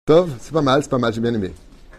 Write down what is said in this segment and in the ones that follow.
Tov, c'est pas mal, j'ai bien aimé.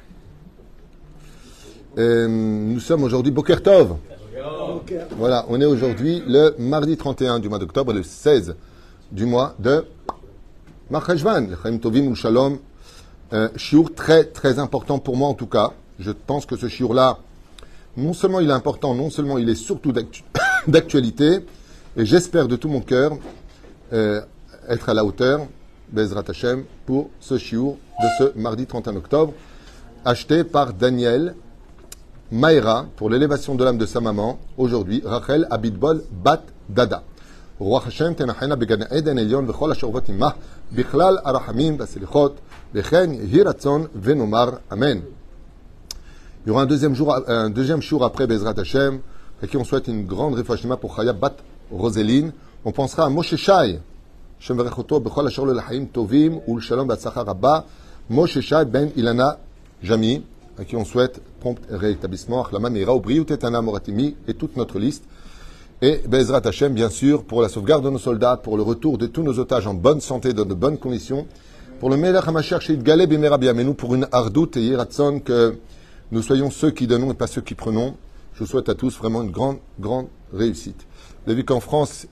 Nous sommes aujourd'hui Boker Tov. Voilà, on est aujourd'hui le mardi 31 du mois d'octobre et le 16 du mois de Marcheshvan, le Chaim Tovim ou Shalom. Shiur très très important pour moi en tout cas. Je pense que ce shiur-là, non seulement il est important, non seulement il est surtout d'actualité, et j'espère de tout mon cœur être à la hauteur, Bezrat Hashem, pour ce shiur de ce mardi 31 octobre, acheté par Daniel Maïra pour l'élévation de l'âme de sa maman, aujourd'hui, Rachel Abitbol Bat Dada. Roi Hashem tenachena began Eden Elion v'chol hashorvot imah bichlal arahamim v'selichot v'chen yehi ratzon v'nomar Amen. Il y aura un deuxième shiur après Bezrat Hashem, à qui on souhaite une grande réfouachima pour Chaya Bat Roseline. On pensera à Moshe Shai, Shem v'rechoto b'chol hashor l'chaim tovim ul shalom v'atzlacha rabba, Moshe Shai ben Ilana Jami, à qui on souhaite prompt rétablissement, Achlama Meira, Obriut Etana Moratimi, et toute notre liste. Et Bezrat Hashem, bien sûr, pour la sauvegarde de nos soldats, pour le retour de tous nos otages en bonne santé, dans de bonnes conditions, pour le Melech HaMashiach Sheit Galeh Bimera B'Yameinu, pour une Ardout et Yiratson, que nous soyons ceux qui donnons et pas ceux qui prenons. Je vous souhaite à tous vraiment une grande réussite. Vous avez vu qu'en France,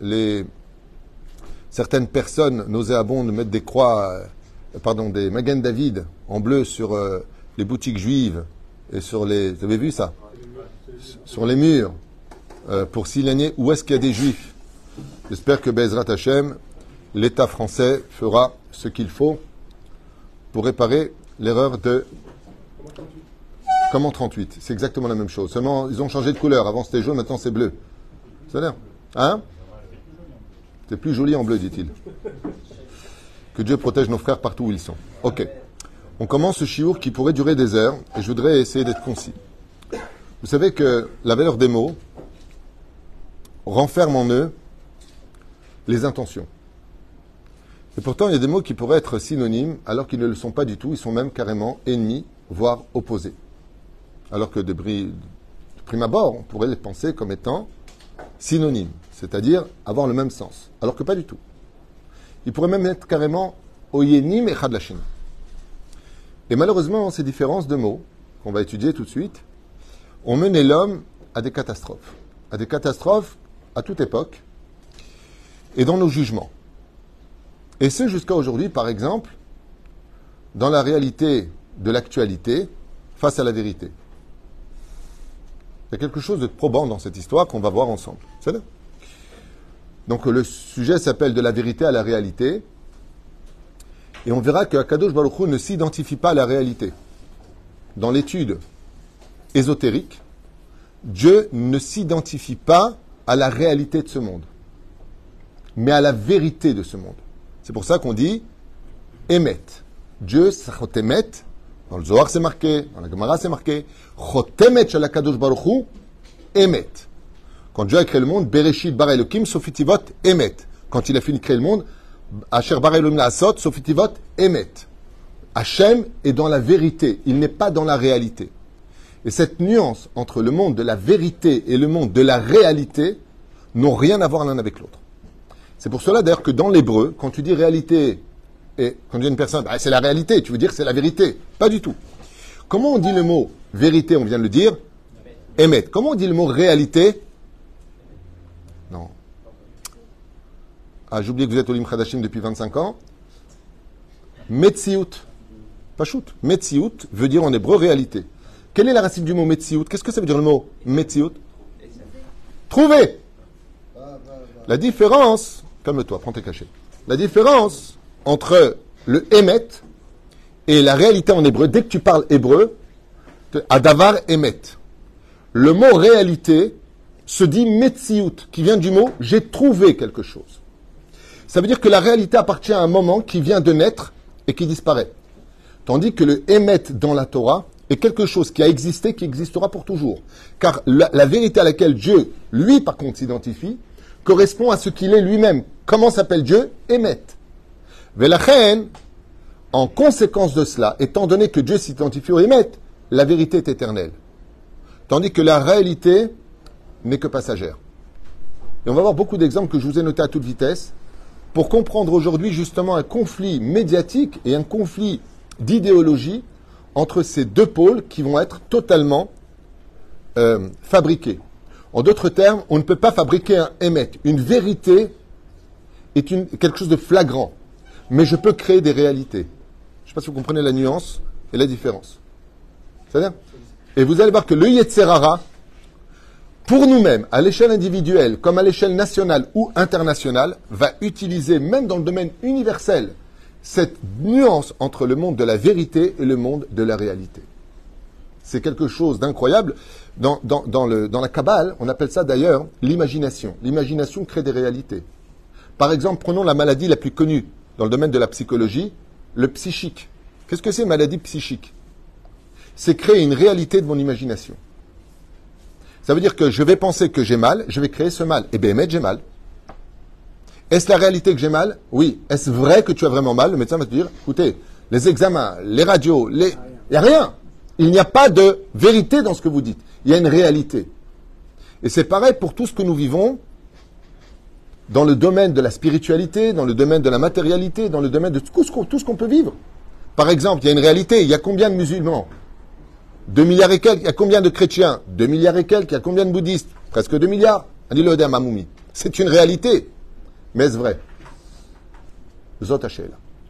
certaines personnes nauséabondes mettent des croix, des Magen David en bleu sur les boutiques juives et sur les... Vous avez vu ça? Sur les murs, pour signaler où est-ce qu'il y a des juifs. J'espère que Bezrat Hashem, l'État français fera ce qu'il faut pour réparer l'erreur de... Comme en 38, c'est exactement la même chose. Seulement, ils ont changé de couleur. Avant c'était jaune, maintenant c'est bleu. Ça a l'air? Hein? C'est plus joli en bleu, dit-il. Que Dieu protège nos frères partout où ils sont. Ok. On commence ce shiur qui pourrait durer des heures, et je voudrais essayer d'être concis. Vous savez que la valeur des mots renferme en eux les intentions. Et pourtant, il y a des mots qui pourraient être synonymes, alors qu'ils ne le sont pas du tout. Ils sont même carrément ennemis, voire opposés. Alors que de prime abord, on pourrait les penser comme étant synonymes, c'est-à-dire avoir le même sens, alors que pas du tout. Ils pourraient même être carrément oyenim et chadlashin. Et malheureusement, ces différences de mots, qu'on va étudier tout de suite, ont mené l'homme à des catastrophes. À des catastrophes à toute époque, et dans nos jugements. Et ce, jusqu'à aujourd'hui, par exemple, dans la réalité de l'actualité, face à la vérité. Il y a quelque chose de probant dans cette histoire qu'on va voir ensemble. C'est là. Donc le sujet s'appelle de la vérité à la réalité. Et on verra que Akadosh Baruch Hu ne s'identifie pas à la réalité. Dans l'étude ésotérique, Dieu ne s'identifie pas à la réalité de ce monde, mais à la vérité de ce monde. C'est pour ça qu'on dit Emet. Dieu, c'est Chotemet. Dans le Zohar, c'est marqué. Dans la Gemara, c'est marqué. Chotemet shel Akadosh Baruch Hu, Emet. Quand Dieu a créé le monde, Bereshit bara Elokim sofitivot Emet. Quand il a fini de créer le monde, Asher bara Elohim la'asot sofitivot Emet. Hachem est dans la vérité. Il n'est pas dans la réalité. Et cette nuance entre le monde de la vérité et le monde de la réalité n'ont rien à voir l'un avec l'autre. C'est pour cela d'ailleurs que dans l'hébreu, quand tu dis réalité, et quand tu dis à une personne, c'est la réalité, tu veux dire que c'est la vérité. Pas du tout. Comment on dit le mot vérité, on vient de le dire? Emet. Comment on dit le mot réalité? Non. Ah, j'ai oublié que vous êtes Olim Chadashim depuis 25 ans. Metsiout. Pachout. Metsiout veut dire en hébreu réalité. Quelle est la racine du mot Metsiout? Qu'est-ce que ça veut dire le mot Metsiout? Trouver. La différence, calme-toi, prends tes cachets. La différence entre le Emet et la réalité en hébreu, dès que tu parles hébreu, Adavar Emet. Le mot réalité se dit Metsiout, qui vient du mot j'ai trouvé quelque chose. Ça veut dire que la réalité appartient à un moment qui vient de naître et qui disparaît. Tandis que le Emet dans la Torah est quelque chose qui a existé, qui existera pour toujours. Car la vérité à laquelle Dieu, lui par contre, s'identifie, correspond à ce qu'il est lui-même. Comment s'appelle Dieu? Emet. Velachen, en conséquence de cela, étant donné que Dieu s'identifie au Emet, la vérité est éternelle. Tandis que la réalité n'est que passagère. Et on va voir beaucoup d'exemples que je vous ai notés à toute vitesse pour comprendre aujourd'hui justement un conflit médiatique et un conflit d'idéologie entre ces deux pôles qui vont être totalement fabriqués. En d'autres termes, on ne peut pas fabriquer un émet. Une vérité est quelque chose de flagrant. Mais je peux créer des réalités. Je ne sais pas si vous comprenez la nuance et la différence. C'est-à-dire, et vous allez voir que le Yetzer Hara, pour nous-mêmes, à l'échelle individuelle, comme à l'échelle nationale ou internationale, va utiliser, même dans le domaine universel, cette nuance entre le monde de la vérité et le monde de la réalité. C'est quelque chose d'incroyable. Dans la Kabbale, on appelle ça d'ailleurs l'imagination. L'imagination crée des réalités. Par exemple, prenons la maladie la plus connue dans le domaine de la psychologie, le psychique. Qu'est-ce que c'est une maladie psychique? C'est créer une réalité de mon imagination. Ça veut dire que je vais penser que j'ai mal, je vais créer ce mal. Eh bien, j'ai mal. Est-ce la réalité que j'ai mal? Oui. Est-ce vrai que tu as vraiment mal? Le médecin va te dire, écoutez, les examens, les radios, il n'y a rien. Il n'y a pas de vérité dans ce que vous dites. Il y a une réalité. Et c'est pareil pour tout ce que nous vivons dans le domaine de la spiritualité, dans le domaine de la matérialité, dans le domaine de tout ce qu'on peut vivre. Par exemple, il y a une réalité. Il y a combien de musulmans? 2 milliards et quelques. Il y a combien de chrétiens? 2 milliards et quelques. Il y a combien de bouddhistes? Presque 2 milliards. Adil Mamoumi. C'est une réalité. Mais est-ce vrai? Zot Hachel.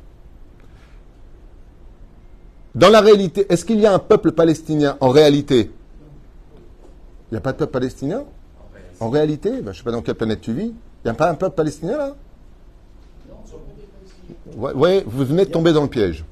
Dans la réalité, est-ce qu'il y a un peuple palestinien en réalité? Il n'y a pas de peuple palestinien? En réalité, je ne sais pas dans quelle planète tu vis. Il n'y a pas un peuple palestinien là? Oui, vous venez de tomber dans le piège.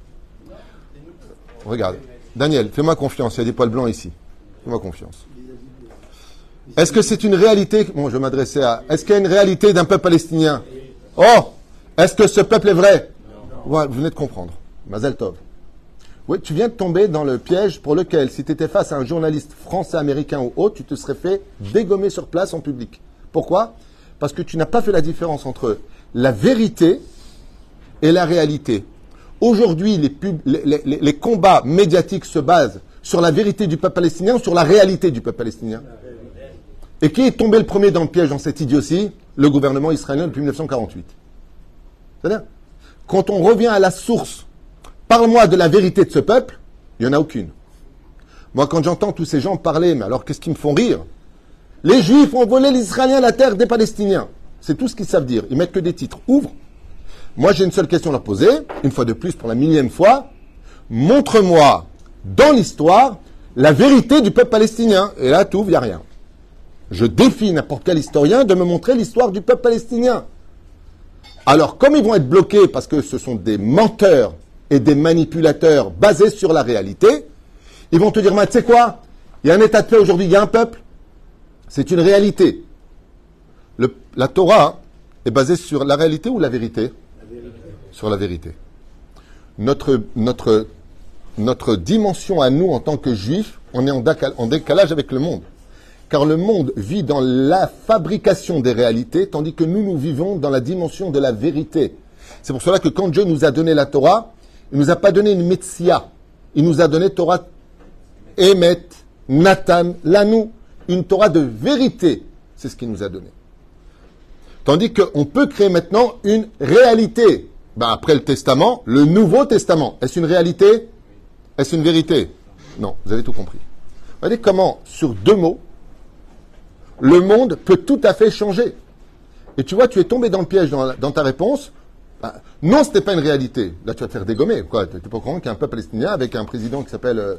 Regarde. Daniel, fais-moi confiance. Il y a des poils blancs ici. Fais-moi confiance. Est-ce que c'est une réalité? Bon, je vais m'adresser à... Est-ce qu'il y a une réalité d'un peuple palestinien? Oh! Est-ce que ce peuple est vrai? Voilà, vous venez de comprendre. Mazel Tov. Oui, tu viens de tomber dans le piège pour lequel, si tu étais face à un journaliste français, américain ou autre, tu te serais fait dégommer sur place en public. Pourquoi? Parce que tu n'as pas fait la différence entre la vérité et la réalité. Aujourd'hui, les combats médiatiques se basent sur la vérité du peuple palestinien ou sur la réalité du peuple palestinien. Et qui est tombé le premier dans le piège dans cette idiotie? Le gouvernement israélien depuis 1948. C'est-à-dire, quand on revient à la source, parle-moi de la vérité de ce peuple, il n'y en a aucune. Moi, quand j'entends tous ces gens parler, mais alors qu'est-ce qui me font rire? Les Juifs ont volé l'Israélien la terre des Palestiniens. C'est tout ce qu'ils savent dire. Ils mettent que des titres. Ouvre. Moi, j'ai une seule question à leur poser, une fois de plus, pour la millième fois. Montre-moi, dans l'histoire, la vérité du peuple palestinien. Et là, tout, il n'y a rien. Je défie n'importe quel historien de me montrer l'histoire du peuple palestinien. Alors, comme ils vont être bloqués parce que ce sont des menteurs et des manipulateurs basés sur la réalité, ils vont te dire, tu sais quoi? Il y a un état de fait aujourd'hui, il y a un peuple. C'est une réalité. La Torah est basée sur la réalité ou la vérité? Sur la vérité. Notre dimension à nous en tant que juifs, on est en décalage avec le monde. Car le monde vit dans la fabrication des réalités, tandis que nous vivons dans la dimension de la vérité. C'est pour cela que quand Dieu nous a donné la Torah, il ne nous a pas donné une Metsia. Il nous a donné Torah Emet, Natan, Lanou, une Torah de vérité. C'est ce qu'il nous a donné. Tandis qu'on peut créer maintenant une réalité. Après le Testament, le Nouveau Testament. Est-ce une réalité? Est-ce une vérité? Non, vous avez tout compris. Regardez comment, sur 2 mots, le monde peut tout à fait changer. Et tu vois, tu es tombé dans le piège dans ta réponse. Non, ce n'était pas une réalité. Là, tu vas te faire dégommer. Quoi, tu n'es pas au courant qu'il y a un peuple palestinien avec un président qui s'appelle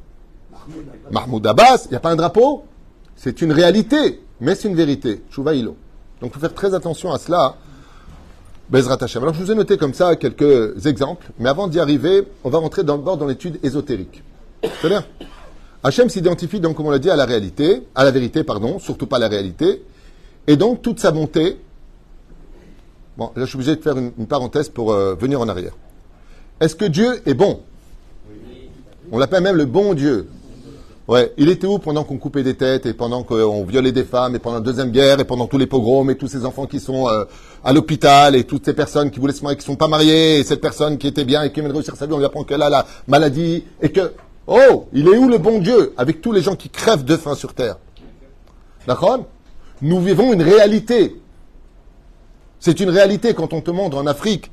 Mahmoud Abbas. Il n'y a pas un drapeau? C'est une réalité, mais c'est une vérité. Chouva Hilo. Donc, il faut faire très attention à cela. Bezrat Hashem. Alors, je vous ai noté comme ça quelques exemples. Mais avant d'y arriver, on va rentrer d'abord dans l'étude ésotérique. C'est-à-dire, Hachem s'identifie donc, comme on l'a dit, à la réalité, à la vérité, pardon, surtout pas à la réalité. Et donc, toute sa bonté. Bon, là, je suis obligé de faire une parenthèse pour venir en arrière. Est-ce que Dieu est bon? On l'appelle même le bon Dieu. Ouais, il était où pendant qu'on coupait des têtes et pendant qu'on violait des femmes et pendant la Deuxième Guerre et pendant tous les pogroms et tous ces enfants qui sont à l'hôpital et toutes ces personnes qui voulaient se marier, qui sont pas mariées et cette personne qui était bien et qui vient de réussir sa vie, on lui apprend qu'elle a la maladie et que... Oh, il est où le bon Dieu avec tous les gens qui crèvent de faim sur terre? D'accord? Nous vivons une réalité. C'est une réalité quand on te montre en Afrique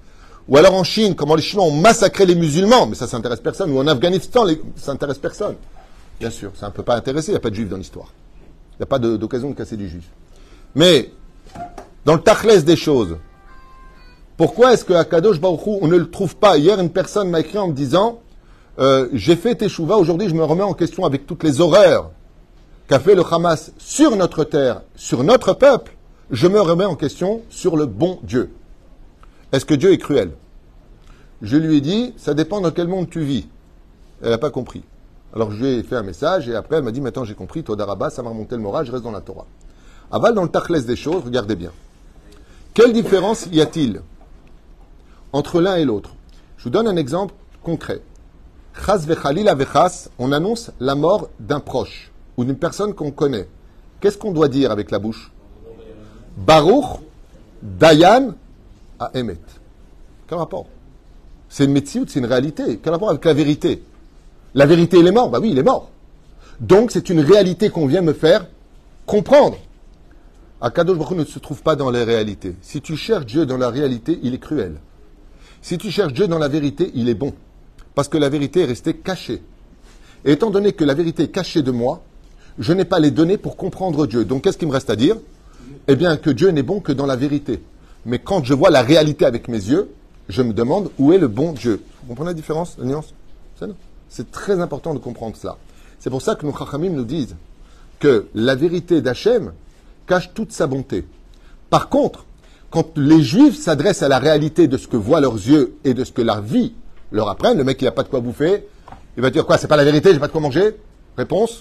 Ou alors en Chine, comment les Chinois ont massacré les musulmans, mais ça intéresse personne. Ou en Afghanistan, ça intéresse personne. Bien sûr, ça ne peut pas intéresser, il n'y a pas de juifs dans l'histoire. Il n'y a pas d'occasion de casser du juif. Mais, dans le tachlès des choses, pourquoi est-ce qu'à Kadosh Baruch Hu, on ne le trouve pas? Hier, une personne m'a écrit en me disant j'ai fait Teshuvah, aujourd'hui je me remets en question avec toutes les horreurs qu'a fait le Hamas sur notre terre, sur notre peuple, je me remets en question sur le bon Dieu. Est-ce que Dieu est cruel? Je lui ai dit, ça dépend dans quel monde tu vis. Elle n'a pas compris. Alors je lui ai fait un message et après elle m'a dit, maintenant j'ai compris, Toda Rabba, ça m'a remonté le moral, je reste dans la Torah. Aval, dans le tachlès des choses, regardez bien. Quelle différence y a-t-il entre l'un et l'autre? Je vous donne un exemple concret. Chas vechalila vechas, on annonce la mort d'un proche ou d'une personne qu'on connaît. Qu'est-ce qu'on doit dire avec la bouche? Baruch, Dayan, à Emet. Quel rapport? C'est une médecine, c'est une réalité. Quel rapport avec la vérité? La vérité, il est mort. Bah oui, il est mort. Donc, c'est une réalité qu'on vient me faire comprendre. Akadosh Baruch Hu ne se trouve pas dans les réalités. Si tu cherches Dieu dans la réalité, il est cruel. Si tu cherches Dieu dans la vérité, il est bon. Parce que la vérité est restée cachée. Et étant donné que la vérité est cachée de moi, je n'ai pas les données pour comprendre Dieu. Donc, qu'est-ce qu'il me reste à dire? Eh bien, que Dieu n'est bon que dans la vérité. Mais quand je vois la réalité avec mes yeux, je me demande où est le bon Dieu. Vous comprenez la différence, la nuance? C'est très important de comprendre cela. C'est pour ça que nos Chachamim nous disent que la vérité d'Hachem cache toute sa bonté. Par contre, quand les Juifs s'adressent à la réalité de ce que voient leurs yeux et de ce que leur vie leur apprennent, le mec il n'a pas de quoi bouffer, il va dire quoi? C'est pas la vérité, j'ai pas de quoi manger? Réponse: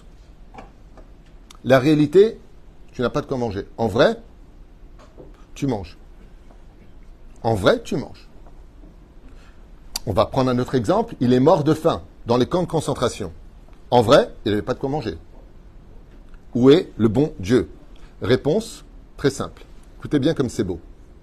la réalité, tu n'as pas de quoi manger. En vrai, tu manges. En vrai, tu manges. On va prendre un autre exemple. Il est mort de faim dans les camps de concentration. En vrai, il n'avait pas de quoi manger. Où est le bon Dieu? Réponse très simple. Écoutez bien comme c'est beau.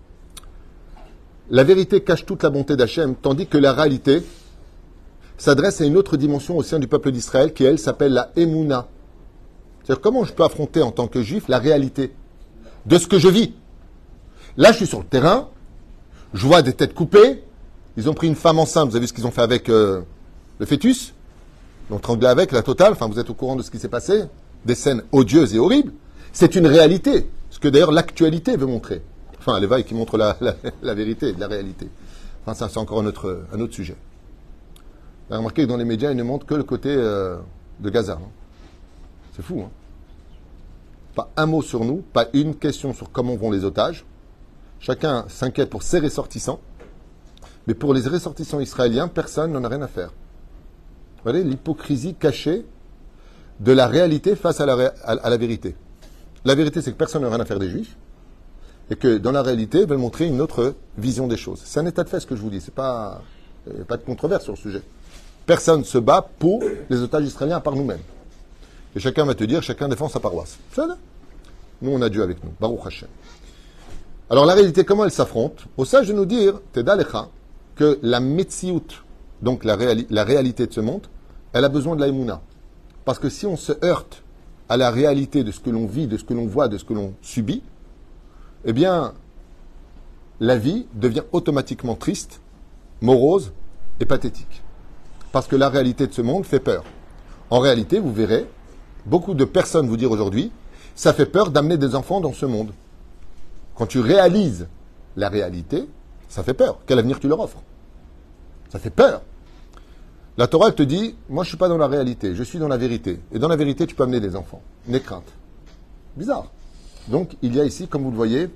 La vérité cache toute la bonté d'Hachem, tandis que la réalité s'adresse à une autre dimension au sein du peuple d'Israël qui, elle, s'appelle la Emouna. C'est-à-dire comment je peux affronter en tant que juif la réalité de ce que je vis. Là, je suis sur le terrain, je vois des têtes coupées, ils ont pris une femme enceinte, vous avez vu ce qu'ils ont fait avec le fœtus? Ils l'ont tranglé avec, la totale, enfin vous êtes au courant de ce qui s'est passé, des scènes odieuses et horribles. C'est une réalité, ce que d'ailleurs l'actualité veut montrer. Enfin, les vagues qui montrent la vérité, la réalité. Enfin, ça c'est encore un autre sujet. Vous avez remarqué que dans les médias, ils ne montrent que le côté de Gaza. Hein. C'est fou, hein? Pas un mot sur nous, pas une question sur comment vont les otages. Chacun s'inquiète pour ses ressortissants. Mais pour les ressortissants israéliens, personne n'en a rien à faire. Vous voyez l'hypocrisie cachée de la réalité face à la vérité. La vérité, c'est que personne n'a rien à faire des Juifs. Et que dans la réalité, ils veulent montrer une autre vision des choses. C'est un état de fait, ce que je vous dis. C'est pas, pas de controverse sur le sujet. Personne ne se bat pour les otages israéliens à part nous-mêmes. Et chacun va te dire, chacun défend sa paroisse. Ça, là. Nous, on a Dieu avec nous. Baruch Hashem. Alors, la réalité, comment elle s'affronte? Au sage de nous dire, Teda Lecha, que la Metsiout, donc la réalité de ce monde, elle a besoin de la Emouna. Parce que si on se heurte à la réalité de ce que l'on vit, de ce que l'on voit, de ce que l'on subit, eh bien, la vie devient automatiquement triste, morose et pathétique. Parce que la réalité de ce monde fait peur. En réalité, vous verrez, beaucoup de personnes vous dire aujourd'hui, ça fait peur d'amener des enfants dans ce monde. Quand tu réalises la réalité, ça fait peur. Quel avenir tu leur offres? Ça fait peur. La Torah, elle te dit, moi je ne suis pas dans la réalité, je suis dans la vérité. Et dans la vérité, tu peux amener des enfants. N'aie crainte. Bizarre. Donc, il y a ici, comme vous le voyez,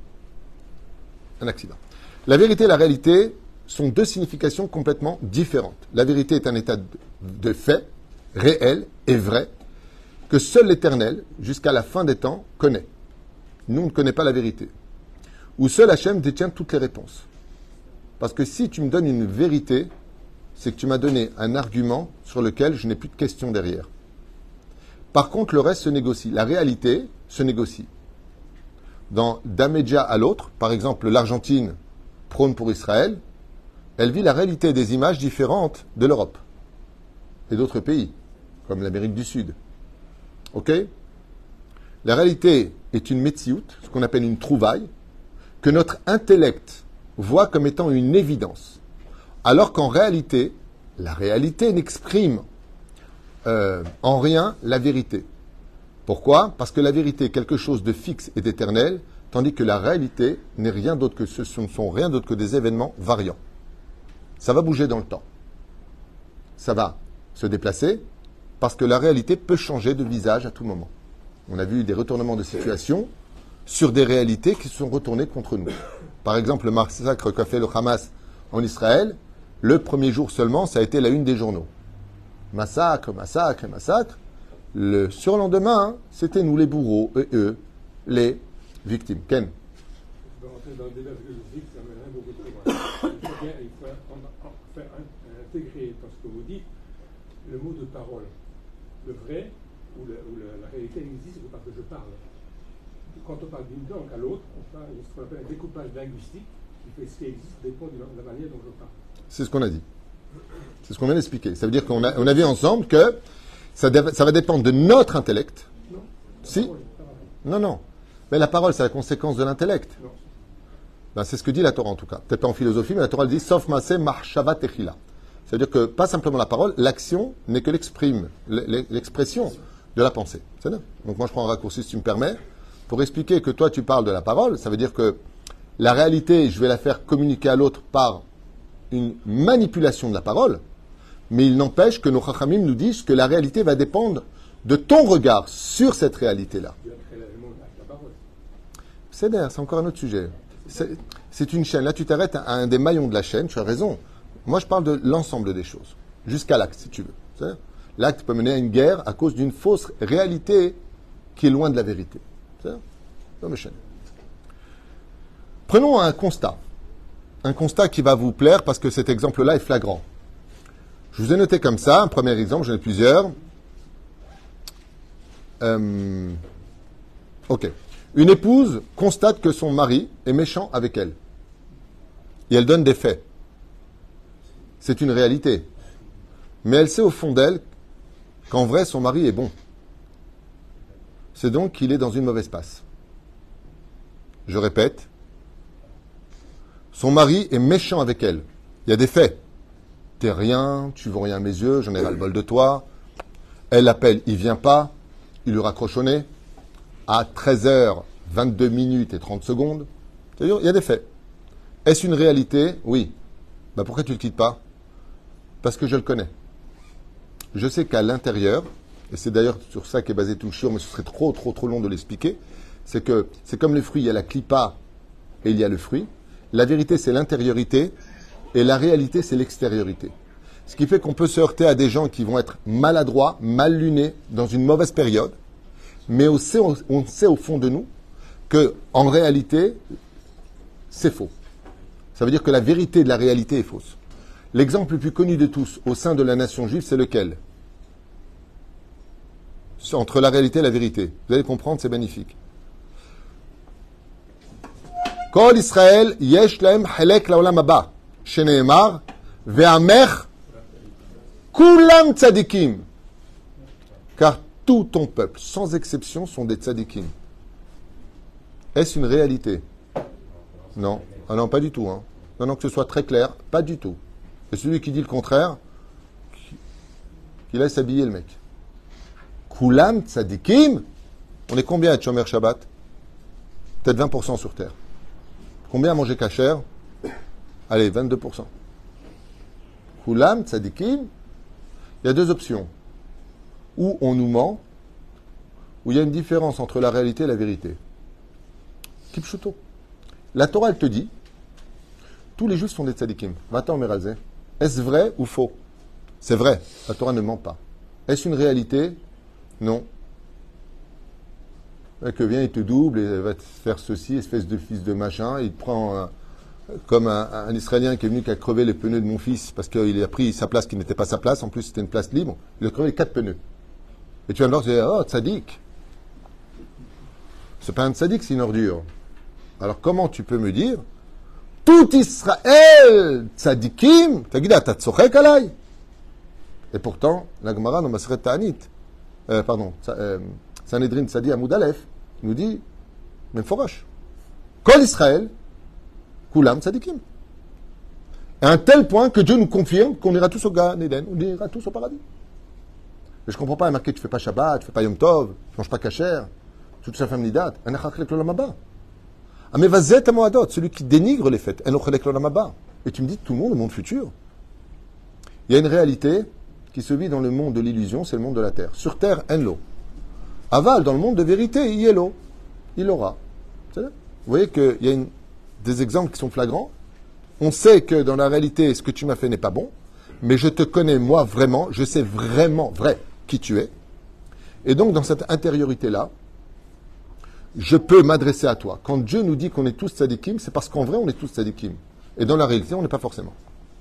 un accident. La vérité et la réalité sont deux significations complètement différentes. La vérité est un état de fait, réel et vrai, que seul l'Éternel, jusqu'à la fin des temps, connaît. Nous, on ne connaît pas la vérité. Ou seul Hachem détient toutes les réponses. Parce que si tu me donnes une vérité, c'est que tu m'as donné un argument sur lequel je n'ai plus de questions derrière. Par contre, le reste se négocie. La réalité se négocie. D'un média à l'autre, par exemple l'Argentine prône pour Israël, elle vit la réalité des images différentes de l'Europe et d'autres pays, comme l'Amérique du Sud. Ok? La réalité est une metsiout, ce qu'on appelle une trouvaille, que notre intellect voit comme étant une évidence. Alors qu'en réalité, la réalité n'exprime en rien la vérité. Pourquoi? Parce que la vérité est quelque chose de fixe et d'éternel, tandis que la réalité n'est rien d'autre que ce ne sont rien d'autre que des événements variants. Ça va bouger dans le temps. Ça va se déplacer parce que la réalité peut changer de visage à tout moment. On a vu des retournements de situation sur des réalités qui se sont retournées contre nous. Par exemple, le massacre qu'a fait le Hamas en Israël, le premier jour seulement, ça a été la une des journaux. Massacre, massacre et massacre. Le surlendemain, c'était nous les bourreaux et eux, les victimes. Ken? Je vais rentrer dans le débat philosophique, ça m'amènerait beaucoup trop loin. Il faut intégrer dans ce que vous dites le mot de parole. Le vrai ou la réalité existe parce que je parle. Quand on parle d'une langue à l'autre, on parle de ce qu'on appelle un découpage linguistique qui fait ce qui existe dépend de la manière dont je parle. C'est ce qu'on a dit. C'est ce qu'on vient d'expliquer. Ça veut dire qu'on a vu ensemble que ça va dépendre de notre intellect. Non. Si? Parole. Non, non. Mais la parole, c'est la conséquence de l'intellect. Non. Ben, c'est ce que dit la Torah en tout cas. Peut-être pas en philosophie, mais la Torah dit sauf maaseh mahshava techila. Ça veut dire que pas simplement la parole, l'action n'est que l'expression de la pensée. C'est ça. Donc moi je prends un raccourci si tu me permets. Pour expliquer que toi tu parles de la parole, ça veut dire que la réalité, je vais la faire communiquer à l'autre par une manipulation de la parole, mais il n'empêche que nos chachamim nous disent que la réalité va dépendre de ton regard sur cette réalité-là. C'est encore un autre sujet. C'est une chaîne. Là, tu t'arrêtes à un des maillons de la chaîne, tu as raison. Moi, je parle de l'ensemble des choses, jusqu'à l'acte, si tu veux. L'acte peut mener à une guerre à cause d'une fausse réalité qui est loin de la vérité. Prenons un constat. Un constat qui va vous plaire parce que cet exemple-là est flagrant. Je vous ai noté comme ça, un premier exemple, j'en ai plusieurs. Ok. Une épouse constate que son mari est méchant avec elle. Et elle donne des faits. C'est une réalité. Mais elle sait au fond d'elle qu'en vrai, son mari est bon. C'est donc qu'il est dans une mauvaise passe. Je répète. Son mari est méchant avec elle. Il y a des faits. T'es rien, tu vaux rien à mes yeux, j'en ai ras le bol de toi. Elle l'appelle, il vient pas. Il lui raccroche au nez. À 13h, 22 minutes et 30 secondes. C'est-à-dire, il y a des faits. Est-ce une réalité? Oui. Ben pourquoi tu ne le quittes pas? Parce que je le connais. Je sais qu'à l'intérieur, et c'est d'ailleurs sur ça qu'est basé tout le shiur, mais ce serait trop long de l'expliquer, c'est que c'est comme les fruits, il y a la clipa et il y a le fruit. La vérité, c'est l'intériorité, et la réalité, c'est l'extériorité. Ce qui fait qu'on peut se heurter à des gens qui vont être maladroits, mal lunés, dans une mauvaise période, mais on sait au fond de nous que, en réalité, c'est faux. Ça veut dire que la vérité de la réalité est fausse. L'exemple le plus connu de tous au sein de la nation juive, c'est lequel? Entre la réalité et la vérité. Vous allez comprendre, c'est magnifique. Kol Israël yesh lahem chelek laolam haba, sheneemar ve'amech kulam tzadikim. Car tout ton peuple, sans exception, sont des tzadikim. Est-ce une réalité? Non. Ah non, pas du tout. Hein. Non, que ce soit très clair, pas du tout. Et celui qui dit le contraire, qu'il laisse habiller le mec. Kulam tzadikim. On est combien à Shomer Shabbat? Peut-être 20% sur Terre. Combien à manger kasher? Allez, 22%. Kulam tzadikim. Il y a deux options. Ou on nous ment, ou il y a une différence entre la réalité et la vérité. Kipchuto. La Torah, elle te dit, tous les juifs sont des tzadikim. Va-t'en, Merazé. Est-ce vrai ou faux? C'est vrai. La Torah ne ment pas. Est-ce une réalité? Non. Que vient, il te double et va te faire ceci, espèce de fils de machin. Il te prend comme un Israélien qui est venu qui a crevé les pneus de mon fils parce qu'il a pris sa place qui n'était pas sa place. En plus, c'était une place libre. Il a crevé les 4 pneus. Et tu vas me voir, tu dis, oh, tzaddik. C'est pas un tzaddik, c'est une ordure. Alors comment tu peux me dire tout Israël tzadikim, t'as tzorek alay. Et pourtant, la Gemara dans Maseret Ta'anit, Sanhedrin Tzadi Amoud Aleph, nous dit, même Forash, Kol Israël, Kulam tzadikim. À un tel point que Dieu nous confirme qu'on ira tous au Gan Eden, on ira tous au paradis. Mais je ne comprends pas, il y a marqué, tu ne fais pas Shabbat, tu ne fais pas Yom Tov, tu ne manges pas Kasher, toute sa famille date. Amevazet Amoadot, celui qui dénigre les fêtes. Et tu me dis tout le monde, le monde futur. Il y a une réalité qui se vit dans le monde de l'illusion, c'est le monde de la terre. Sur terre, Enlo. Aval, dans le monde de vérité, Yelo. Il aura. Vous voyez qu'il y a des exemples qui sont flagrants. On sait que dans la réalité, ce que tu m'as fait n'est pas bon, mais je te connais moi vraiment, je sais vraiment, vrai, qui tu es. Et donc, dans cette intériorité-là, je peux m'adresser à toi. Quand Dieu nous dit qu'on est tous tzadikim, c'est parce qu'en vrai, on est tous tzadikim. Et dans la réalité, on n'est pas forcément.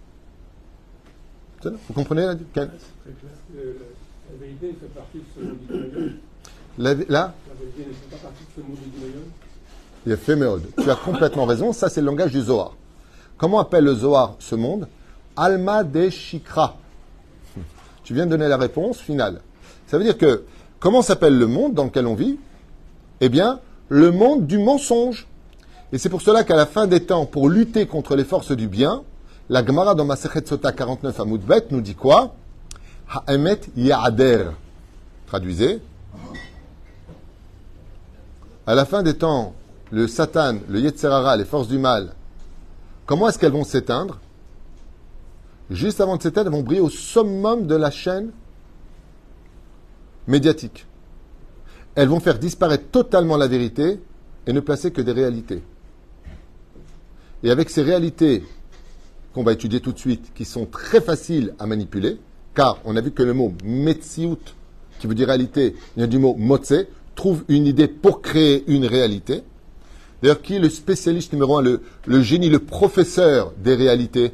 Vous comprenez là? C'est très clair. La vérité fait partie de ce monde d'Idémaïon. La vérité ne fait pas partie de ce monde d'Idémaïon. Il a fait méode. Tu as complètement raison. Ça, c'est le langage du Zohar. Comment appelle le Zohar ce monde? Alma de Shikra. Tu viens de donner la réponse finale. Ça veut dire que, comment s'appelle le monde dans lequel on vit? Eh bien, le monde du mensonge. Et c'est pour cela qu'à la fin des temps, pour lutter contre les forces du bien, la Gemara dans Masechet Sota 49 à Moudbet nous dit quoi? Ha'emet ya'ader. Traduisez. À la fin des temps, le Satan, le Yetzerara, les forces du mal, comment est-ce qu'elles vont s'éteindre? Juste avant de s'éteindre, elles vont briller au summum de la chaîne médiatique. Elles vont faire disparaître totalement la vérité et ne placer que des réalités. Et avec ces réalités qu'on va étudier tout de suite, qui sont très faciles à manipuler, car on a vu que le mot metsiout, qui veut dire réalité, il y a du mot motse, trouve une idée pour créer une réalité. D'ailleurs, qui est le spécialiste numéro un, le génie, le professeur des réalités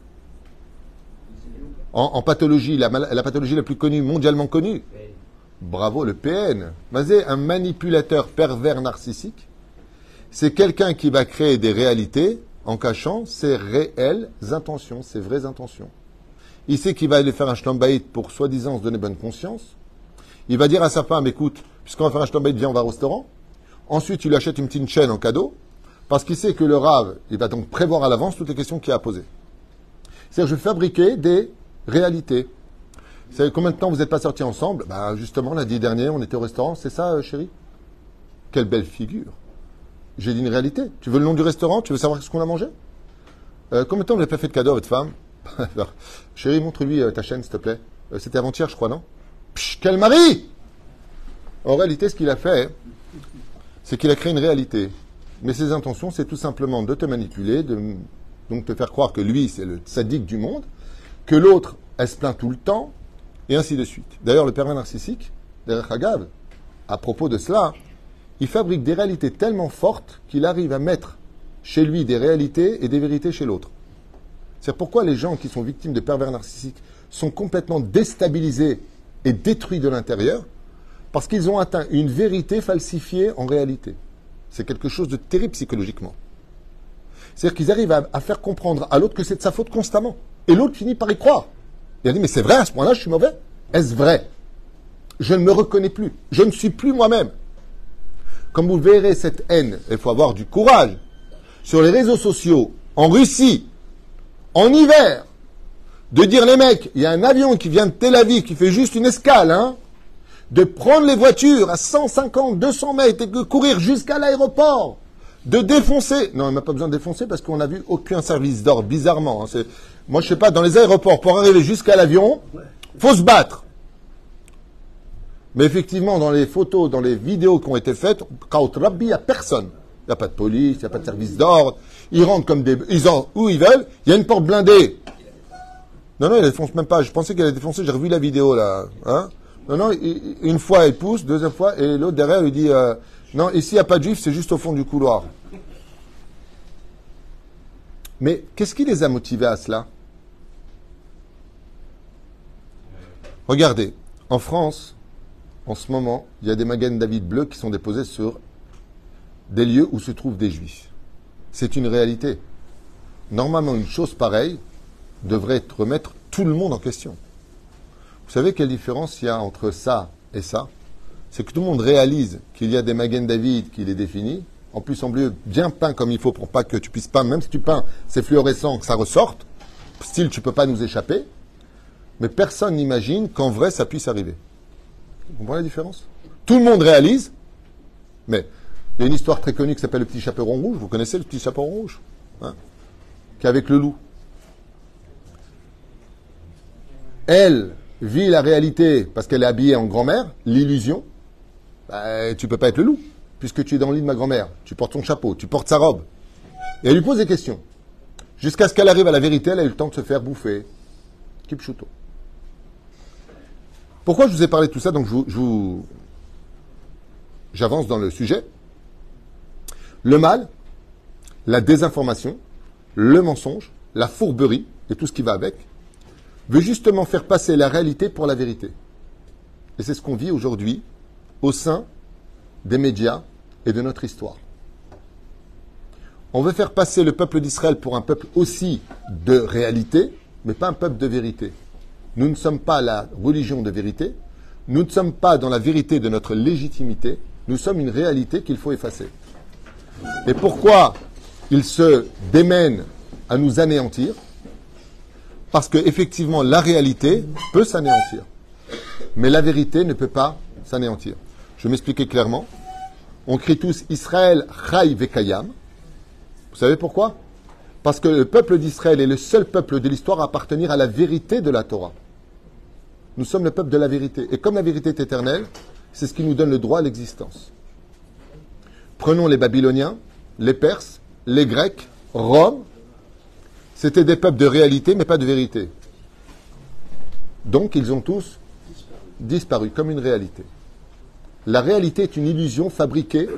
en pathologie, la pathologie la plus connue, mondialement connue? Bravo, le PN. Mazé, un manipulateur pervers narcissique, c'est quelqu'un qui va créer des réalités en cachant ses réelles intentions, ses vraies intentions. Il sait qu'il va aller faire un shlambaït pour soi-disant se donner bonne conscience. Il va dire à sa femme, écoute, puisqu'on va faire un shlambaït, viens, on va au restaurant. Ensuite, il lui achète une petite chaîne en cadeau, parce qu'il sait que le rave, il va donc prévoir à l'avance toutes les questions qu'il a à poser. C'est-à-dire, je vais fabriquer des réalités. Vous savez combien de temps vous n'êtes pas sortis ensemble? Ben justement, lundi dernier, on était au restaurant. C'est ça, chérie? Quelle belle figure. J'ai dit une réalité. Tu veux le nom du restaurant? Tu veux savoir ce qu'on a mangé? Combien de temps vous n'avez pas fait de cadeau à votre femme? Chérie, montre-lui ta chaîne, s'il te plaît. C'était avant-hier, je crois, non? Psh, quel mari! En réalité, ce qu'il a fait, c'est qu'il a créé une réalité. Mais ses intentions, c'est tout simplement de te manipuler, donc te faire croire que lui, c'est le sadique du monde, que l'autre, elle se plaint tout le temps, et ainsi de suite. D'ailleurs, le pervers narcissique, derrière Hagav, à propos de cela, il fabrique des réalités tellement fortes qu'il arrive à mettre chez lui des réalités et des vérités chez l'autre. C'est pourquoi les gens qui sont victimes de pervers narcissiques sont complètement déstabilisés et détruits de l'intérieur, parce qu'ils ont atteint une vérité falsifiée en réalité. C'est quelque chose de terrible psychologiquement. C'est-à-dire qu'ils arrivent à faire comprendre à l'autre que c'est de sa faute constamment. Et l'autre finit par y croire. Il a dit, mais c'est vrai, à ce point-là, je suis mauvais. Est-ce vrai? Je ne me reconnais plus. Je ne suis plus moi-même. Comme vous verrez cette haine, il faut avoir du courage. Sur les réseaux sociaux, en Russie, en hiver, de dire les mecs, il y a un avion qui vient de Tel Aviv, qui fait juste une escale, hein, de prendre les voitures à 150, 200 mètres et de courir jusqu'à l'aéroport, de défoncer. Non, on n'a pas besoin de défoncer parce qu'on n'a vu aucun service d'ordre, bizarrement. Hein, moi, je sais pas, dans les aéroports, pour arriver jusqu'à l'avion, faut se battre. Mais effectivement, dans les photos, dans les vidéos qui ont été faites, il n'y a personne. Il n'y a pas de police, il n'y a pas de service d'ordre. Ils rentrent comme des... où ils veulent. Il y a une porte blindée. Non, il ne défonce même pas. Je pensais qu'elle a défoncé. J'ai revu la vidéo, là. Hein? Non, une fois, elle pousse. Deuxième fois, et l'autre derrière lui dit non, ici, il n'y a pas de juifs, c'est juste au fond du couloir. Mais qu'est-ce qui les a motivés à cela? Regardez, en France, en ce moment, il y a des Magen David bleus qui sont déposés sur des lieux où se trouvent des juifs. C'est une réalité. Normalement, une chose pareille devrait remettre tout le monde en question. Vous savez quelle différence il y a entre ça et ça? C'est que tout le monde réalise qu'il y a des Magen David qui les définissent, en plus en bleu bien peint comme il faut pour pas que tu puisses peindre, même si tu peins, c'est fluorescent, que ça ressorte. style tu peux pas nous échapper, mais personne n'imagine qu'en vrai ça puisse arriver. Vous comprenez la différence? Tout le monde réalise, mais il y a une histoire très connue qui s'appelle le petit chaperon rouge. Vous connaissez le petit chaperon rouge, hein, qui est avec le loup. Elle vit la réalité parce qu'elle est habillée en grand-mère, l'illusion. Bah, tu peux pas être le loup, puisque tu es dans le lit de ma grand-mère. Tu portes ton chapeau, tu portes sa robe. Et elle lui pose des questions. Jusqu'à ce qu'elle arrive à la vérité, elle a eu le temps de se faire bouffer. Kipchuto. Pourquoi je vous ai parlé de tout ça? Donc j'avance dans le sujet. Le mal, la désinformation, le mensonge, la fourberie et tout ce qui va avec, veut justement faire passer la réalité pour la vérité. Et c'est ce qu'on vit aujourd'hui au sein des médias et de notre histoire. On veut faire passer le peuple d'Israël pour un peuple aussi de réalité, mais pas un peuple de vérité. Nous ne sommes pas la religion de vérité, nous ne sommes pas dans la vérité de notre légitimité, nous sommes une réalité qu'il faut effacer. Et pourquoi ils se démènent à nous anéantir? Parce qu'effectivement, la réalité peut s'anéantir. Mais la vérité ne peut pas s'anéantir. Je vais m'expliquer clairement. On crie tous Israël Chai Vekayam. Vous savez pourquoi? Parce que le peuple d'Israël est le seul peuple de l'histoire à appartenir à la vérité de la Torah. Nous sommes le peuple de la vérité. Et comme la vérité est éternelle, c'est ce qui nous donne le droit à l'existence. Prenons les Babyloniens, les Perses, les Grecs, Rome. C'était des peuples de réalité, mais pas de vérité. Donc, ils ont tous disparu comme une réalité. La réalité est une illusion fabriquée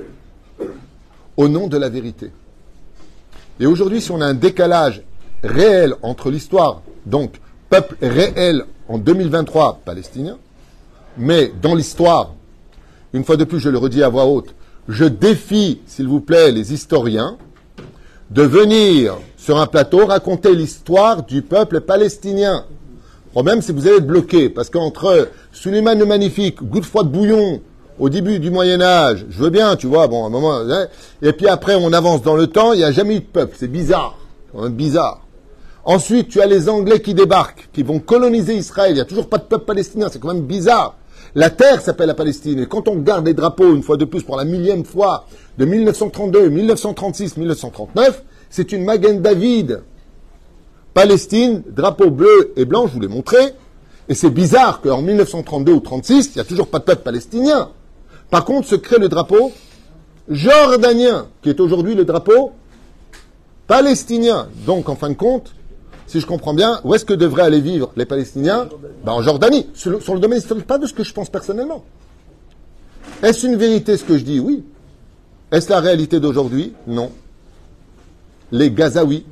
au nom de la vérité. Et aujourd'hui, si on a un décalage réel entre l'histoire, donc peuple réel en 2023 palestinien, mais dans l'histoire, une fois de plus, je le redis à voix haute, je défie, s'il vous plaît, les historiens, de venir sur un plateau raconter l'histoire du peuple palestinien. Le problème, c'est que vous allez être bloqué, parce qu'entre Suleiman le Magnifique, Godefroy de Bouillon, au début du Moyen-Âge, je veux bien, tu vois, bon, à un moment, hein, et puis après, on avance dans le temps, il n'y a jamais eu de peuple, c'est bizarre, quand même bizarre. Ensuite, tu as les Anglais qui débarquent, qui vont coloniser Israël, il n'y a toujours pas de peuple palestinien, c'est quand même bizarre. La terre s'appelle la Palestine, et quand on regarde les drapeaux, une fois de plus, pour la millième fois, de 1932, 1936, 1939, c'est une Magen David. Palestine, drapeau bleu et blanc, je vous l'ai montré, et c'est bizarre qu'en 1932 ou 1936, il n'y a toujours pas de peuple palestinien. Par contre, se crée le drapeau jordanien, qui est aujourd'hui le drapeau palestinien. Donc, en fin de compte, si je comprends bien, où est-ce que devraient aller vivre les Palestiniens? Ben, en Jordanie. Sur le domaine historique, pas de ce que je pense personnellement. Est-ce une vérité ce que je dis? Oui. Est-ce la réalité d'aujourd'hui? Non. Les Gazaouis.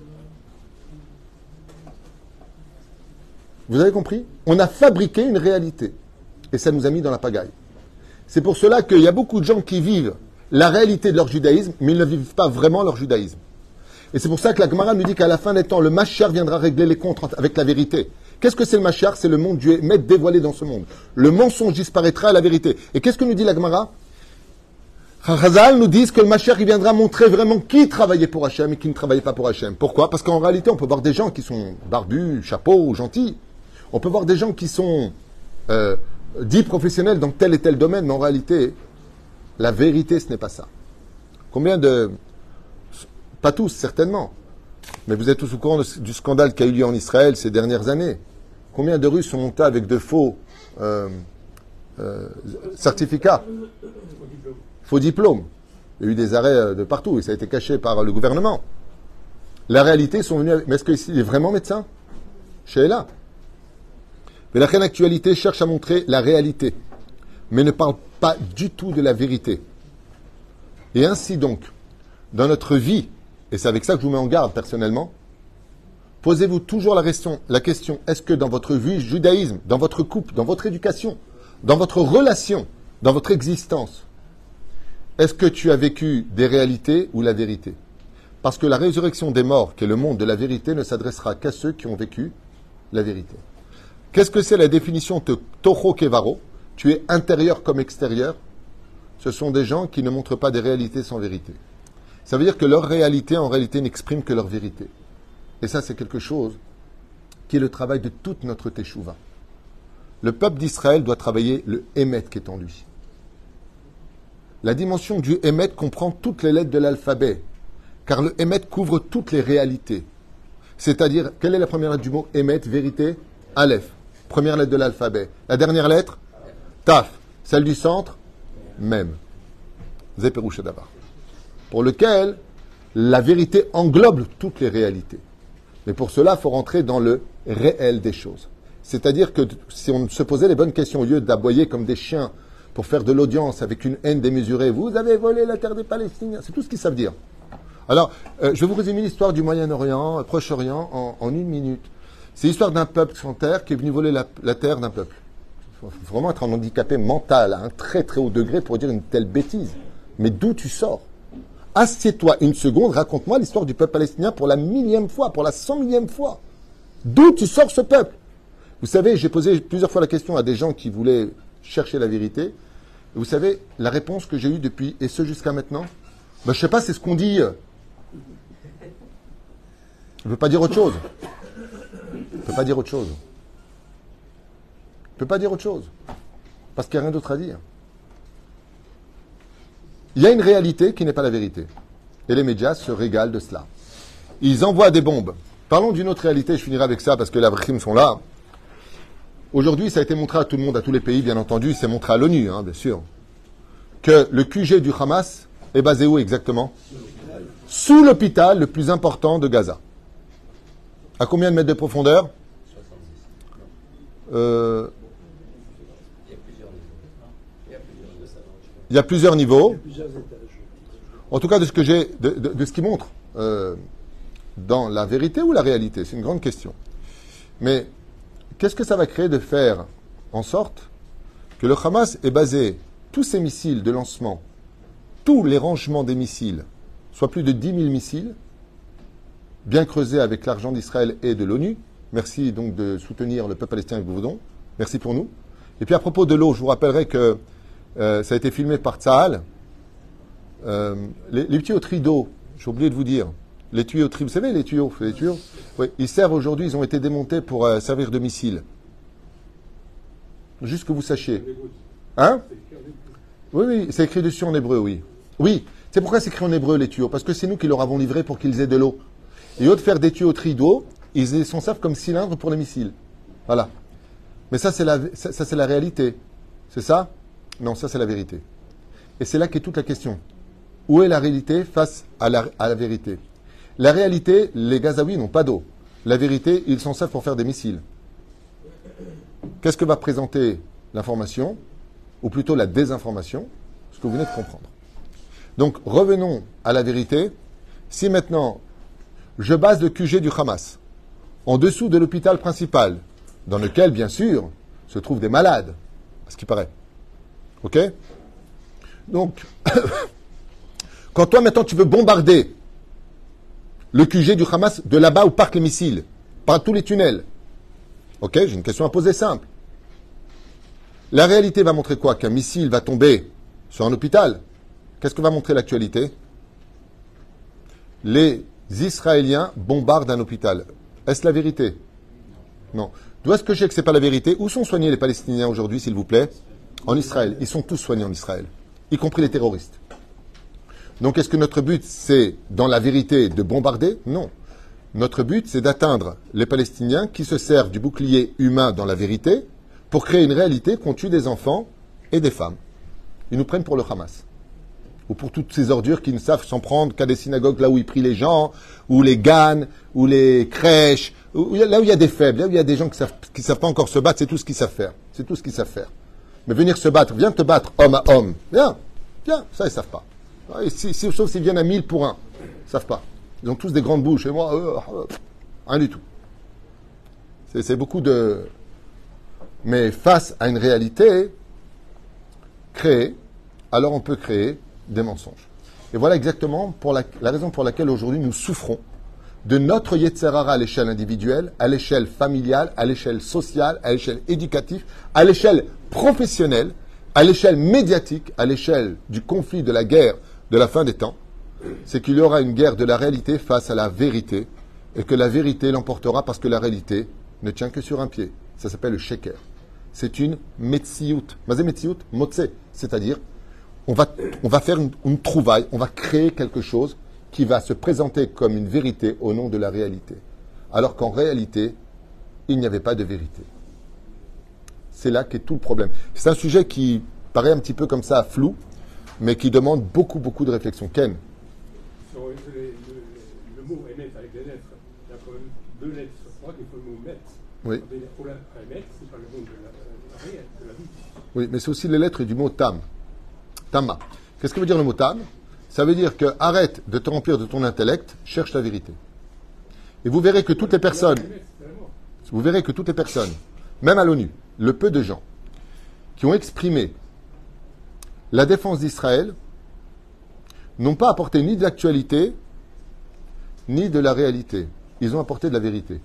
Vous avez compris? On a fabriqué une réalité. Et ça nous a mis dans la pagaille. C'est pour cela qu'il y a beaucoup de gens qui vivent la réalité de leur judaïsme, mais ils ne vivent pas vraiment leur judaïsme. Et c'est pour ça que la Gemara nous dit qu'à la fin des temps, le Mashiach viendra régler les comptes avec la vérité. Qu'est-ce que c'est le Mashiach? C'est le monde Dieu est dévoilé dans ce monde. Le mensonge disparaîtra à la vérité. Et qu'est-ce que nous dit la Gemara? Chazal nous dit que le Mashiach il viendra montrer vraiment qui travaillait pour Hachem et qui ne travaillait pas pour Hachem. Pourquoi? Parce qu'en réalité, on peut voir des gens qui sont barbus, chapeaux, gentils. On peut voir des gens qui sont dits professionnels dans tel et tel domaine, mais en réalité, la vérité, ce n'est pas ça. Combien de... Pas tous, certainement. Mais vous êtes tous au courant du scandale qui a eu lieu en Israël ces dernières années. Combien de Russes sont montés avec de faux certificats, faux diplômes? Il y a eu des arrêts de partout et ça a été caché par le gouvernement. La réalité, ils sont venus avec... Mais est-ce qu'il est vraiment médecin? Sheila. Mais la reine actualité cherche à montrer la réalité, mais ne parle pas du tout de la vérité. Et ainsi donc, dans notre vie, et c'est avec ça que je vous mets en garde personnellement, posez-vous toujours la question, est-ce que dans votre vie judaïsme, dans votre couple, dans votre éducation, dans votre relation, dans votre existence, est-ce que tu as vécu des réalités ou la vérité? Parce que la résurrection des morts, qui est le monde de la vérité, ne s'adressera qu'à ceux qui ont vécu la vérité. Qu'est-ce que c'est la définition de Toho Kevaro? Tu es intérieur comme extérieur. Ce sont des gens qui ne montrent pas des réalités sans vérité. Ça veut dire que leur réalité, en réalité, n'exprime que leur vérité. Et ça, c'est quelque chose qui est le travail de toute notre teshuva. Le peuple d'Israël doit travailler le Emet qui est en lui. La dimension du Emet comprend toutes les lettres de l'alphabet, car le Emet couvre toutes les réalités. C'est-à-dire, quelle est la première lettre du mot Emet, vérité? Aleph, première lettre de l'alphabet. La dernière lettre? Taf. Celle du centre? Mem. Zeperouche d'abord. Pour lequel la vérité englobe toutes les réalités. Mais pour cela, il faut rentrer dans le réel des choses. C'est-à-dire que si on se posait les bonnes questions, au lieu d'aboyer comme des chiens pour faire de l'audience avec une haine démesurée, vous avez volé la terre des Palestiniens, c'est tout ce qu'ils savent dire. Alors, je vais vous résumer l'histoire du Moyen-Orient, Proche-Orient, en une minute. C'est l'histoire d'un peuple sans terre qui est venu voler la terre d'un peuple. Il faut vraiment être un handicapé mental à un très très haut degré pour dire une telle bêtise. Mais d'où tu sors? Assieds-toi une seconde, raconte-moi l'histoire du peuple palestinien pour la 1000e fois, pour la 100 000e fois. D'où tu sors ce peuple? Vous savez, j'ai posé plusieurs fois la question à des gens qui voulaient chercher la vérité. Et vous savez, la réponse que j'ai eue depuis, et ce jusqu'à maintenant, je ne sais pas, c'est ce qu'on dit. Je ne veux pas dire autre chose. Je ne peux pas dire autre chose. Je ne peux pas dire autre chose. Parce qu'il n'y a rien d'autre à dire. Il y a une réalité qui n'est pas la vérité. Et les médias se régalent de cela. Ils envoient des bombes. Parlons d'une autre réalité, je finirai avec ça parce que les Abrichim sont là. Aujourd'hui, ça a été montré à tout le monde, à tous les pays, bien entendu. C'est montré à l'ONU, bien sûr. Que le QG du Hamas est basé où exactement? Sous l'hôpital le plus important de Gaza. À combien de mètres de profondeur? 70. Il y a plusieurs niveaux. En tout cas, de ce que j'ai, de ce qui montre dans la vérité ou la réalité, c'est une grande question. Mais qu'est-ce que ça va créer de faire en sorte que le Hamas ait basé tous ses missiles de lancement, tous les rangements des missiles, soit plus de 10 000 missiles, bien creusés avec l'argent d'Israël et de l'ONU. Merci donc de soutenir le peuple palestinien avec vos dons. Merci pour nous. Et puis à propos de l'eau, je vous rappellerai que ça a été filmé par Tsahal. Les tuyauteries d'eau, j'ai oublié de vous dire, les tuyauteries, vous savez les tuyaux, oui, ils servent aujourd'hui, ils ont été démontés pour servir de missiles. Juste que vous sachiez. Hein? Oui, oui, c'est écrit dessus en hébreu, oui. Oui, c'est pourquoi c'est écrit en hébreu les tuyaux, parce que c'est nous qui leur avons livré pour qu'ils aient de l'eau. Et au lieu de faire des tuyauteries d'eau, ils s'en servent comme cylindres pour les missiles. Voilà. Mais ça, c'est la réalité. C'est ça? Non, ça, c'est la vérité. Et c'est là qu'est toute la question. Où est la réalité face à la vérité? La réalité, les Gazaouis n'ont pas d'eau. La vérité, ils s'en servent pour faire des missiles. Qu'est-ce que va présenter l'information? Ou plutôt la désinformation? Ce que vous venez de comprendre. Donc, revenons à la vérité. Si maintenant, je base le QG du Hamas en dessous de l'hôpital principal, dans lequel, bien sûr, se trouvent des malades, à ce qui paraît. OK? Donc, quand toi, maintenant, tu veux bombarder le QG du Hamas de là-bas où partent les missiles, par tous les tunnels, OK? J'ai une question à poser simple. La réalité va montrer quoi? Qu'un missile va tomber sur un hôpital. Qu'est-ce que va montrer l'actualité? Les Israéliens bombardent un hôpital. Est-ce la vérité? Non. D'où est-ce que je sais que ce n'est pas la vérité? Où sont soignés les Palestiniens aujourd'hui, s'il vous plaît? En Israël. Ils sont tous soignés en Israël, y compris les terroristes. Donc, est-ce que notre but, c'est, dans la vérité, de bombarder? Non. Notre but, c'est d'atteindre les Palestiniens qui se servent du bouclier humain dans la vérité pour créer une réalité qu'on tue des enfants et des femmes. Ils nous prennent pour le Hamas. Ou pour toutes ces ordures qui ne savent s'en prendre qu'à des synagogues là où ils prient les gens, ou les GAN, ou les crèches, là où il y a des faibles, là où il y a des gens qui savent pas encore se battre, c'est tout ce qu'ils savent faire. C'est tout ce qu'ils savent faire. Mais venir se battre, viens te battre homme à homme, viens, ça ils savent pas. Sauf s'ils viennent à 1000 pour un, ils savent pas. Ils ont tous des grandes bouches, et moi, rien du tout. C'est beaucoup de... Mais face à une réalité créée, alors on peut créer des mensonges. Et voilà exactement la raison pour laquelle aujourd'hui nous souffrons de notre Yetzer Hara à l'échelle individuelle, à l'échelle familiale, à l'échelle sociale, à l'échelle éducative, à l'échelle professionnelle, à l'échelle médiatique, à l'échelle du conflit, de la guerre, de la fin des temps. C'est qu'il y aura une guerre de la réalité face à la vérité et que la vérité l'emportera parce que la réalité ne tient que sur un pied. Ça s'appelle le sheker. C'est une metsiout. Mazé metsiout, motse. C'est-à-dire, on va faire une trouvaille, on va créer quelque chose qui va se présenter comme une vérité au nom de la réalité. Alors qu'en réalité, il n'y avait pas de vérité. C'est là qu'est tout le problème. C'est un sujet qui paraît un petit peu comme ça flou, mais qui demande beaucoup, beaucoup de réflexion. Ken? Sur le mot émettre avec les lettres, il y a quand même deux lettres sur trois qu'il faut le mot mettre. Oui. Pour la émettre, c'est pas le mot de la vie. Oui, mais c'est aussi les lettres du mot tam. Tama. Qu'est-ce que veut dire le mot tam? Ça veut dire que arrête de te remplir de ton intellect, cherche la vérité. Et vous verrez que toutes les personnes, même à l'ONU, le peu de gens qui ont exprimé la défense d'Israël n'ont pas apporté ni de l'actualité, ni de la réalité. Ils ont apporté de la vérité.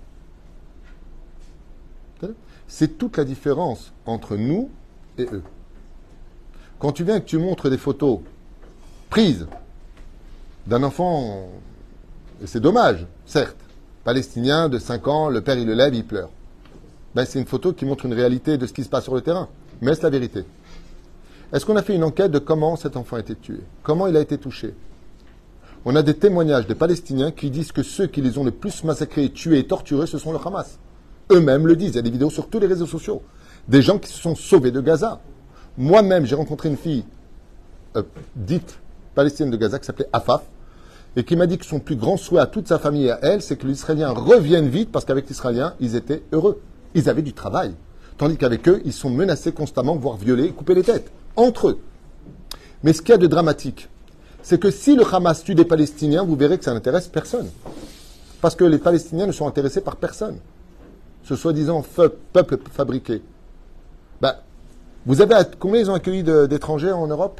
C'est toute la différence entre nous et eux. Quand tu viens et que tu montres des photos prises d'un enfant, et c'est dommage, certes, palestinien de 5 ans, le père il le lève, il pleure. Ben, c'est une photo qui montre une réalité de ce qui se passe sur le terrain. Mais est-ce la vérité? Est-ce qu'on a fait une enquête de comment cet enfant a été tué? Comment il a été touché? On a des témoignages des Palestiniens qui disent que ceux qui les ont le plus massacrés, tués et torturés, ce sont le Hamas. Eux-mêmes le disent. Il y a des vidéos sur tous les réseaux sociaux. Des gens qui se sont sauvés de Gaza. Moi-même, j'ai rencontré une fille dite palestinienne de Gaza qui s'appelait Afaf et qui m'a dit que son plus grand souhait à toute sa famille et à elle, c'est que les Israéliens reviennent vite parce qu'avec les Israéliens, ils étaient heureux. Ils avaient du travail. Tandis qu'avec eux, ils sont menacés constamment, voire violés, couper les têtes. Entre eux. Mais ce qu'il y a de dramatique, c'est que si le Hamas tue des Palestiniens, vous verrez que ça n'intéresse personne. Parce que les Palestiniens ne sont intéressés par personne. Ce soi-disant peuple fabriqué. Ben, vous avez combien ils ont accueilli d'étrangers en Europe?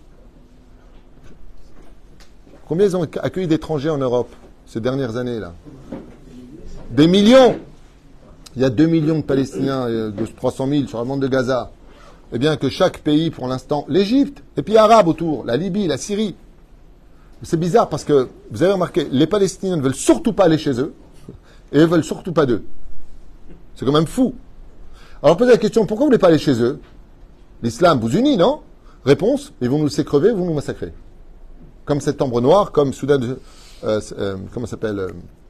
Combien ils ont accueilli d'étrangers en Europe ces dernières années-là? Des millions. Il y a 2 millions de Palestiniens, de 300 000 sur la bande de Gaza. Eh bien que chaque pays, pour l'instant, l'Égypte, et puis Arabes autour, la Libye, la Syrie. C'est bizarre parce que, vous avez remarqué, les Palestiniens ne veulent surtout pas aller chez eux, et ils ne veulent surtout pas d'eux. C'est quand même fou. Alors posez la question, pourquoi vous ne voulez pas aller chez eux? L'islam vous unit, non? Réponse, ils vont nous laisser crever, ils vont nous massacrer. Comme Septembre Noir, comme Soudan de... comment ça s'appelle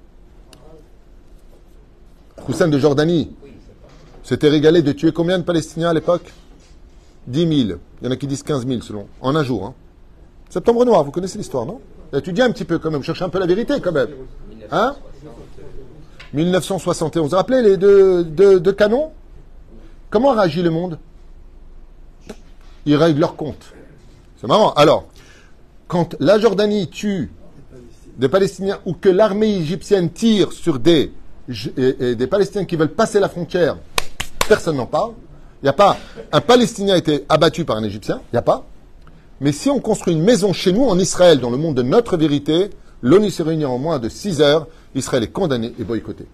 Hussein de Jordanie. S'était régalé de tuer combien de Palestiniens à l'époque? 10 000. Il y en a qui disent 15 000 selon. En un jour. Hein. Septembre Noir, vous connaissez l'histoire, non? Étudiez un petit peu quand même, cherchez un peu la vérité quand même. Hein? 1971. Vous vous rappelez les deux canons? Comment a réagi le monde? Ils règlent leur compte. C'est marrant. Alors, quand la Jordanie tue des Palestiniens ou que l'armée égyptienne tire sur des Palestiniens qui veulent passer la frontière, personne n'en parle. Il n'y a pas un Palestinien a été abattu par un Égyptien. Il n'y a pas. Mais si on construit une maison chez nous en Israël, dans le monde de notre vérité, l'ONU se réunit en moins de 6 heures, Israël est condamné et boycotté.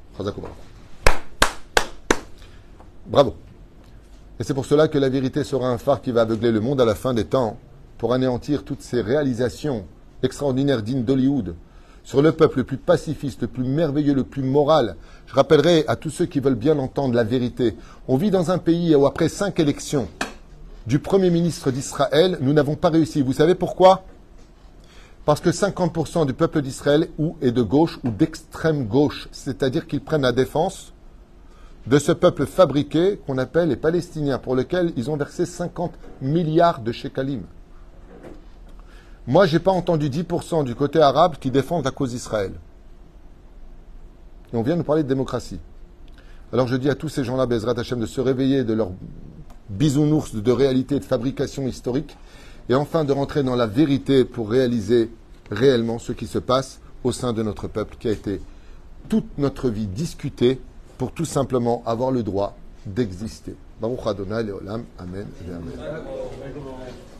Bravo. Et c'est pour cela que la vérité sera un phare qui va aveugler le monde à la fin des temps pour anéantir toutes ces réalisations extraordinaires dignes d'Hollywood sur le peuple le plus pacifiste, le plus merveilleux, le plus moral. Je rappellerai à tous ceux qui veulent bien entendre la vérité. On vit dans un pays où après 5 élections du Premier ministre d'Israël, nous n'avons pas réussi. Vous savez pourquoi? Parce que 50% du peuple d'Israël est de gauche ou d'extrême gauche. C'est-à-dire qu'ils prennent la défense de ce peuple fabriqué qu'on appelle les Palestiniens, pour lequel ils ont versé 50 milliards de shekalim. Moi, je n'ai pas entendu 10% du côté arabe qui défendent la cause d'Israël. Et on vient nous parler de démocratie. Alors je dis à tous ces gens-là, Bezrat Hashem, de se réveiller de leur bisounours de réalité et de fabrication historique, et enfin de rentrer dans la vérité pour réaliser réellement ce qui se passe au sein de notre peuple qui a été toute notre vie discuté pour tout simplement avoir le droit d'exister. Baruch Adonai Leolam, Amen et Amen.